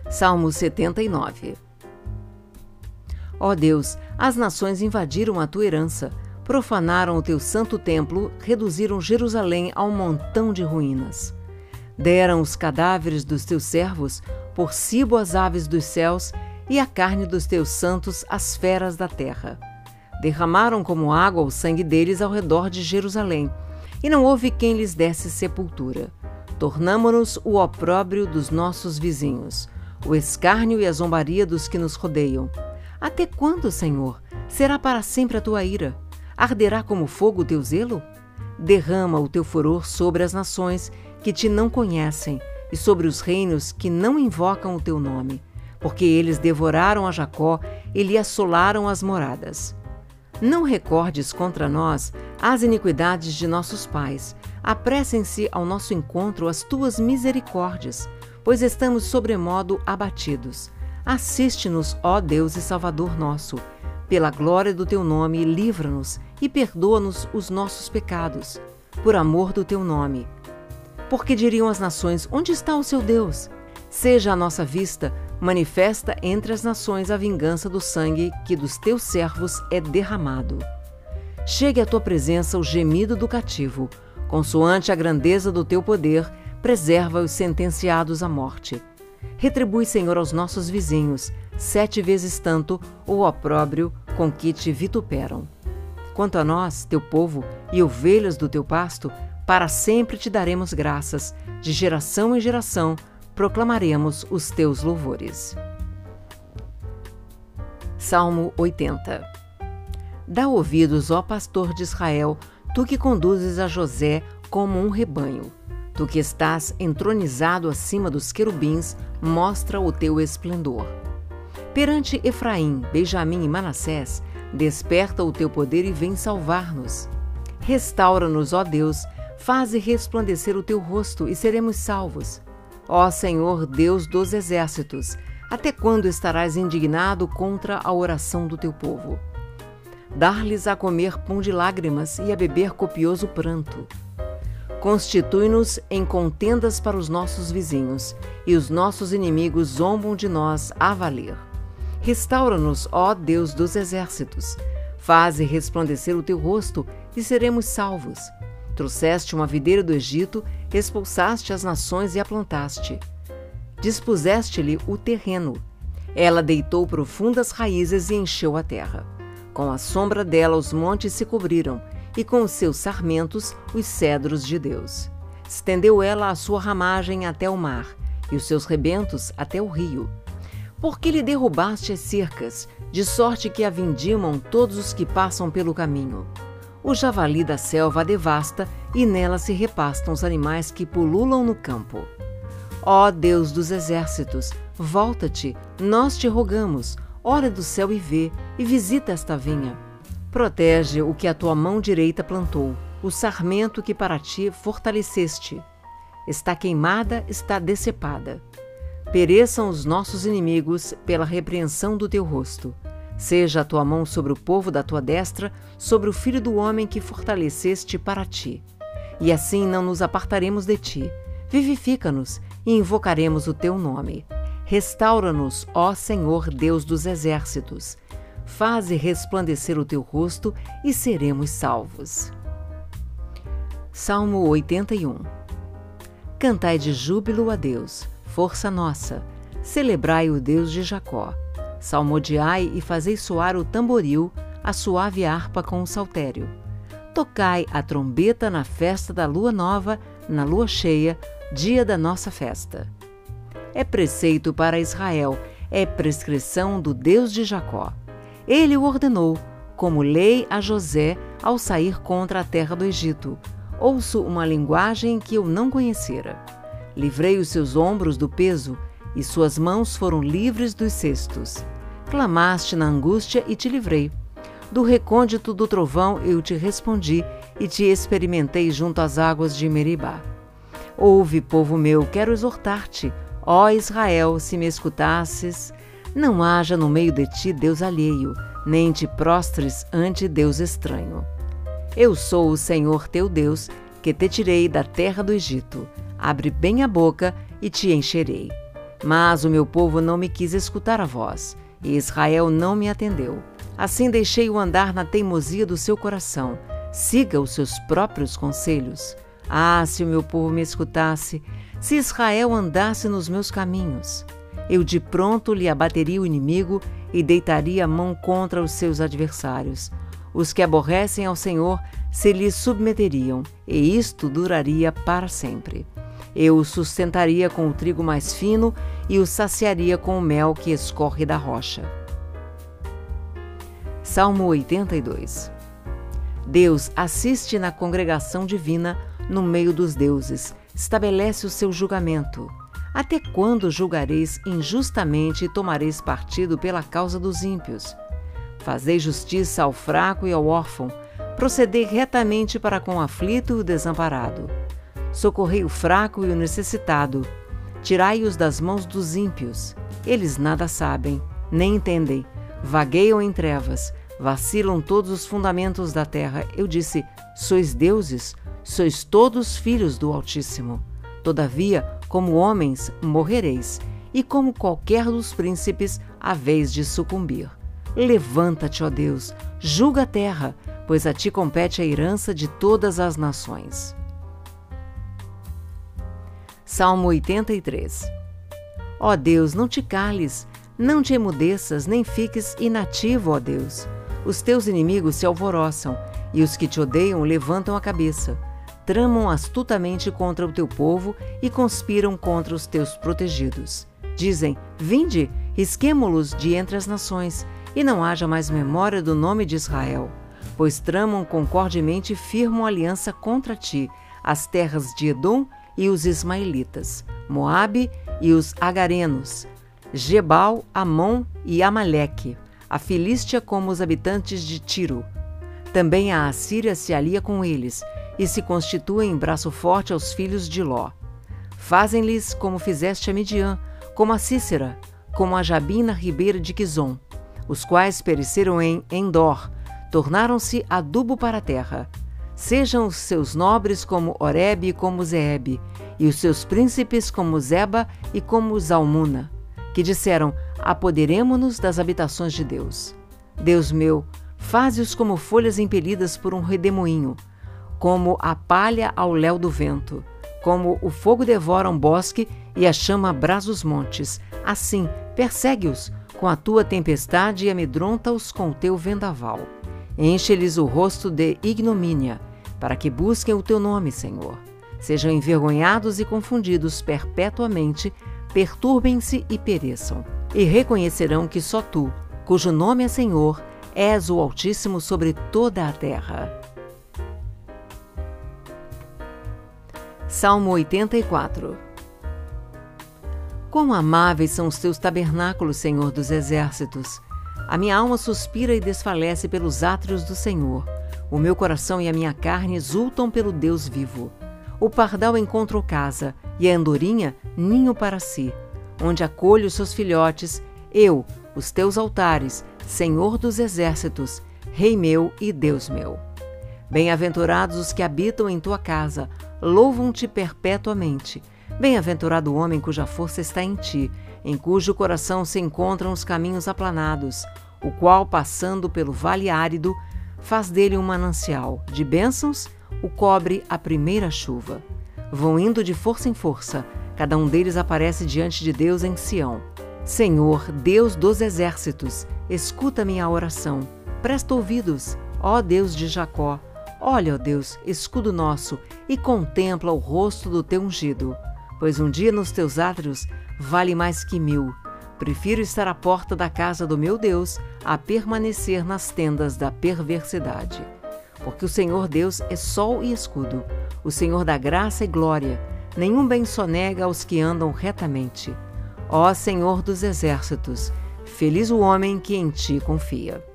Salmo 79. Ó Deus, as nações invadiram a tua herança, profanaram o teu santo templo, reduziram Jerusalém a um montão de ruínas. Deram os cadáveres dos teus servos por cibo às aves dos céus e a carne dos teus santos às feras da terra. Derramaram como água o sangue deles ao redor de Jerusalém, e não houve quem lhes desse sepultura. Tornamo-nos o opróbrio dos nossos vizinhos, o escárnio e a zombaria dos que nos rodeiam. Até quando, Senhor? Será para sempre a tua ira? Arderá como fogo o teu zelo? Derrama o teu furor sobre as nações que te não conhecem e sobre os reinos que não invocam o teu nome, porque eles devoraram a Jacó e lhe assolaram as moradas. Não recordes contra nós as iniquidades de nossos pais. Apressem-se ao nosso encontro as tuas misericórdias, pois estamos sobremodo abatidos. Assiste-nos, ó Deus e Salvador nosso. Pela glória do teu nome, livra-nos e perdoa-nos os nossos pecados, por amor do teu nome. Porque diriam as nações: onde está o seu Deus? Seja a nossa vista manifesta entre as nações a vingança do sangue que dos teus servos é derramado. Chegue à tua presença o gemido do cativo, consoante a grandeza do teu poder, preserva os sentenciados à morte. Retribui, Senhor, aos nossos vizinhos 7 vezes tanto o opróbrio com que te vituperam. Quanto a nós, teu povo e ovelhas do teu pasto, para sempre te daremos graças, de geração em geração proclamaremos os teus louvores. Salmo 80. Dá ouvidos, ó pastor de Israel, tu que conduzes a José como um rebanho. Tu que estás entronizado acima dos querubins, mostra o teu esplendor. Perante Efraim, Benjamim e Manassés, desperta o teu poder e vem salvar-nos. Restaura-nos, ó Deus, faze resplandecer o teu rosto e seremos salvos. Ó Senhor, Deus dos exércitos, até quando estarás indignado contra a oração do teu povo? Dar-lhes a comer pão de lágrimas e a beber copioso pranto. Constitui-nos em contendas para os nossos vizinhos, e os nossos inimigos zombam de nós a valer. Restaura-nos, ó Deus dos exércitos. Faze resplandecer o teu rosto e seremos salvos. Trouxeste uma videira do Egito, expulsaste as nações e a plantaste. Dispuseste-lhe o terreno. Ela deitou profundas raízes e encheu a terra. Com a sombra dela os montes se cobriram, e com os seus sarmentos os cedros de Deus. Estendeu ela a sua ramagem até o mar, e os seus rebentos até o rio. Por que lhe derrubaste as cercas, de sorte que a vindimam todos os que passam pelo caminho? O javali da selva a devasta, e nela se repastam os animais que pululam no campo. Ó Deus dos exércitos, volta-te, nós te rogamos, olha do céu e vê, e visita esta vinha. Protege o que a tua mão direita plantou, o sarmento que para ti fortaleceste. Está queimada, está decepada. Pereçam os nossos inimigos pela repreensão do teu rosto. Seja a tua mão sobre o povo da tua destra, sobre o filho do homem que fortaleceste para ti. E assim não nos apartaremos de ti. Vivifica-nos e invocaremos o teu nome. Restaura-nos, ó Senhor Deus dos exércitos. Faze resplandecer o teu rosto e seremos salvos. Salmo 81. Cantai de júbilo a Deus, força nossa. Celebrai o Deus de Jacó. Salmodiai e fazei soar o tamboril, a suave harpa com o saltério. Tocai a trombeta na festa da lua nova, na lua cheia, dia da nossa festa. É preceito para Israel, é prescrição do Deus de Jacó. Ele o ordenou, como lei a José ao sair contra a terra do Egito. Ouço uma linguagem que eu não conhecera. Livrei os seus ombros do peso, e suas mãos foram livres dos cestos. Clamaste na angústia e te livrei. Do recôndito do trovão eu te respondi e te experimentei junto às águas de Meribá. Ouve, povo meu, quero exortar-te. Ó Israel, se me escutasses, não haja no meio de ti Deus alheio, nem te prostres ante Deus estranho. Eu sou o Senhor teu Deus, que te tirei da terra do Egito. Abre bem a boca e te encherei. Mas o meu povo não me quis escutar a voz, e Israel não me atendeu. Assim deixei-o andar na teimosia do seu coração. Siga os seus próprios conselhos. Ah, se o meu povo me escutasse, se Israel andasse nos meus caminhos, eu de pronto lhe abateria o inimigo e deitaria a mão contra os seus adversários. Os que aborrecem ao Senhor se lhe submeteriam, e isto duraria para sempre. Eu o sustentaria com o trigo mais fino e o saciaria com o mel que escorre da rocha. Salmo 82. Deus assiste na congregação divina, no meio dos deuses, estabelece o seu julgamento. Até quando julgareis injustamente e tomareis partido pela causa dos ímpios? Fazei justiça ao fraco e ao órfão, procedei retamente para com o aflito e o desamparado. Socorrei o fraco e o necessitado, tirai-os das mãos dos ímpios. Eles nada sabem, nem entendem, vagueiam em trevas, vacilam todos os fundamentos da terra. Eu disse, sois deuses, sois todos filhos do Altíssimo. Todavia, como homens, morrereis, e como qualquer dos príncipes, haveis de sucumbir. Levanta-te, ó Deus, julga a terra, pois a ti compete a herança de todas as nações. Salmo 83. Ó Deus, não te cales, não te emudeças, nem fiques inativo, ó Deus. Os teus inimigos se alvoroçam, e os que te odeiam levantam a cabeça. Tramam astutamente contra o teu povo e conspiram contra os teus protegidos. Dizem, vinde, risquemo-los de entre as nações, e não haja mais memória do nome de Israel. Pois tramam concordemente e firmam aliança contra ti, as terras de Edom e os ismaelitas, Moabe e os agarenos, Gebal, Amon e Amaleque, a Filístia como os habitantes de Tiro. Também a Assíria se alia com eles, e se constituem em braço forte aos filhos de Ló. Fazem-lhes como fizeste a Midian, como a Cícera, como a Jabim na ribeira de Quizon, os quais pereceram em Endor, tornaram-se adubo para a terra. Sejam os seus nobres como Oreb e como Zeebe, e os seus príncipes como Zeba e como Zalmuna, que disseram, apoderemo-nos das habitações de Deus. Deus meu, faze-os como folhas impelidas por um redemoinho, como a palha ao léu do vento, como o fogo devora um bosque e a chama abrasa os montes. Assim, persegue-os com a tua tempestade e amedronta-os com o teu vendaval. Enche-lhes o rosto de ignomínia, para que busquem o teu nome, Senhor. Sejam envergonhados e confundidos perpetuamente, perturbem-se e pereçam. E reconhecerão que só tu, cujo nome é Senhor, és o Altíssimo sobre toda a terra. Salmo 84. Quão amáveis são os teus tabernáculos, Senhor dos exércitos! A minha alma suspira e desfalece pelos átrios do Senhor. O meu coração e a minha carne exultam pelo Deus vivo. O pardal encontrou casa, e a andorinha ninho para si, onde acolho os seus filhotes, eu, os teus altares, Senhor dos exércitos, Rei meu e Deus meu. Bem-aventurados os que habitam em tua casa, louvam-te perpetuamente. Bem-aventurado o homem cuja força está em ti, em cujo coração se encontram os caminhos aplanados, o qual, passando pelo vale árido, faz dele um manancial de bênçãos, o cobre a primeira chuva. Vão indo de força em força, cada um deles aparece diante de Deus em Sião. Senhor, Deus dos exércitos, escuta minha oração. Presta ouvidos, ó Deus de Jacó. Olha, ó Deus, escudo nosso, e contempla o rosto do teu ungido. Pois um dia nos teus átrios vale mais que 1000. Prefiro estar à porta da casa do meu Deus a permanecer nas tendas da perversidade. Porque o Senhor Deus é sol e escudo, o Senhor dá graça e glória, nenhum bem sonega aos que andam retamente. Ó Senhor dos exércitos, feliz o homem que em ti confia.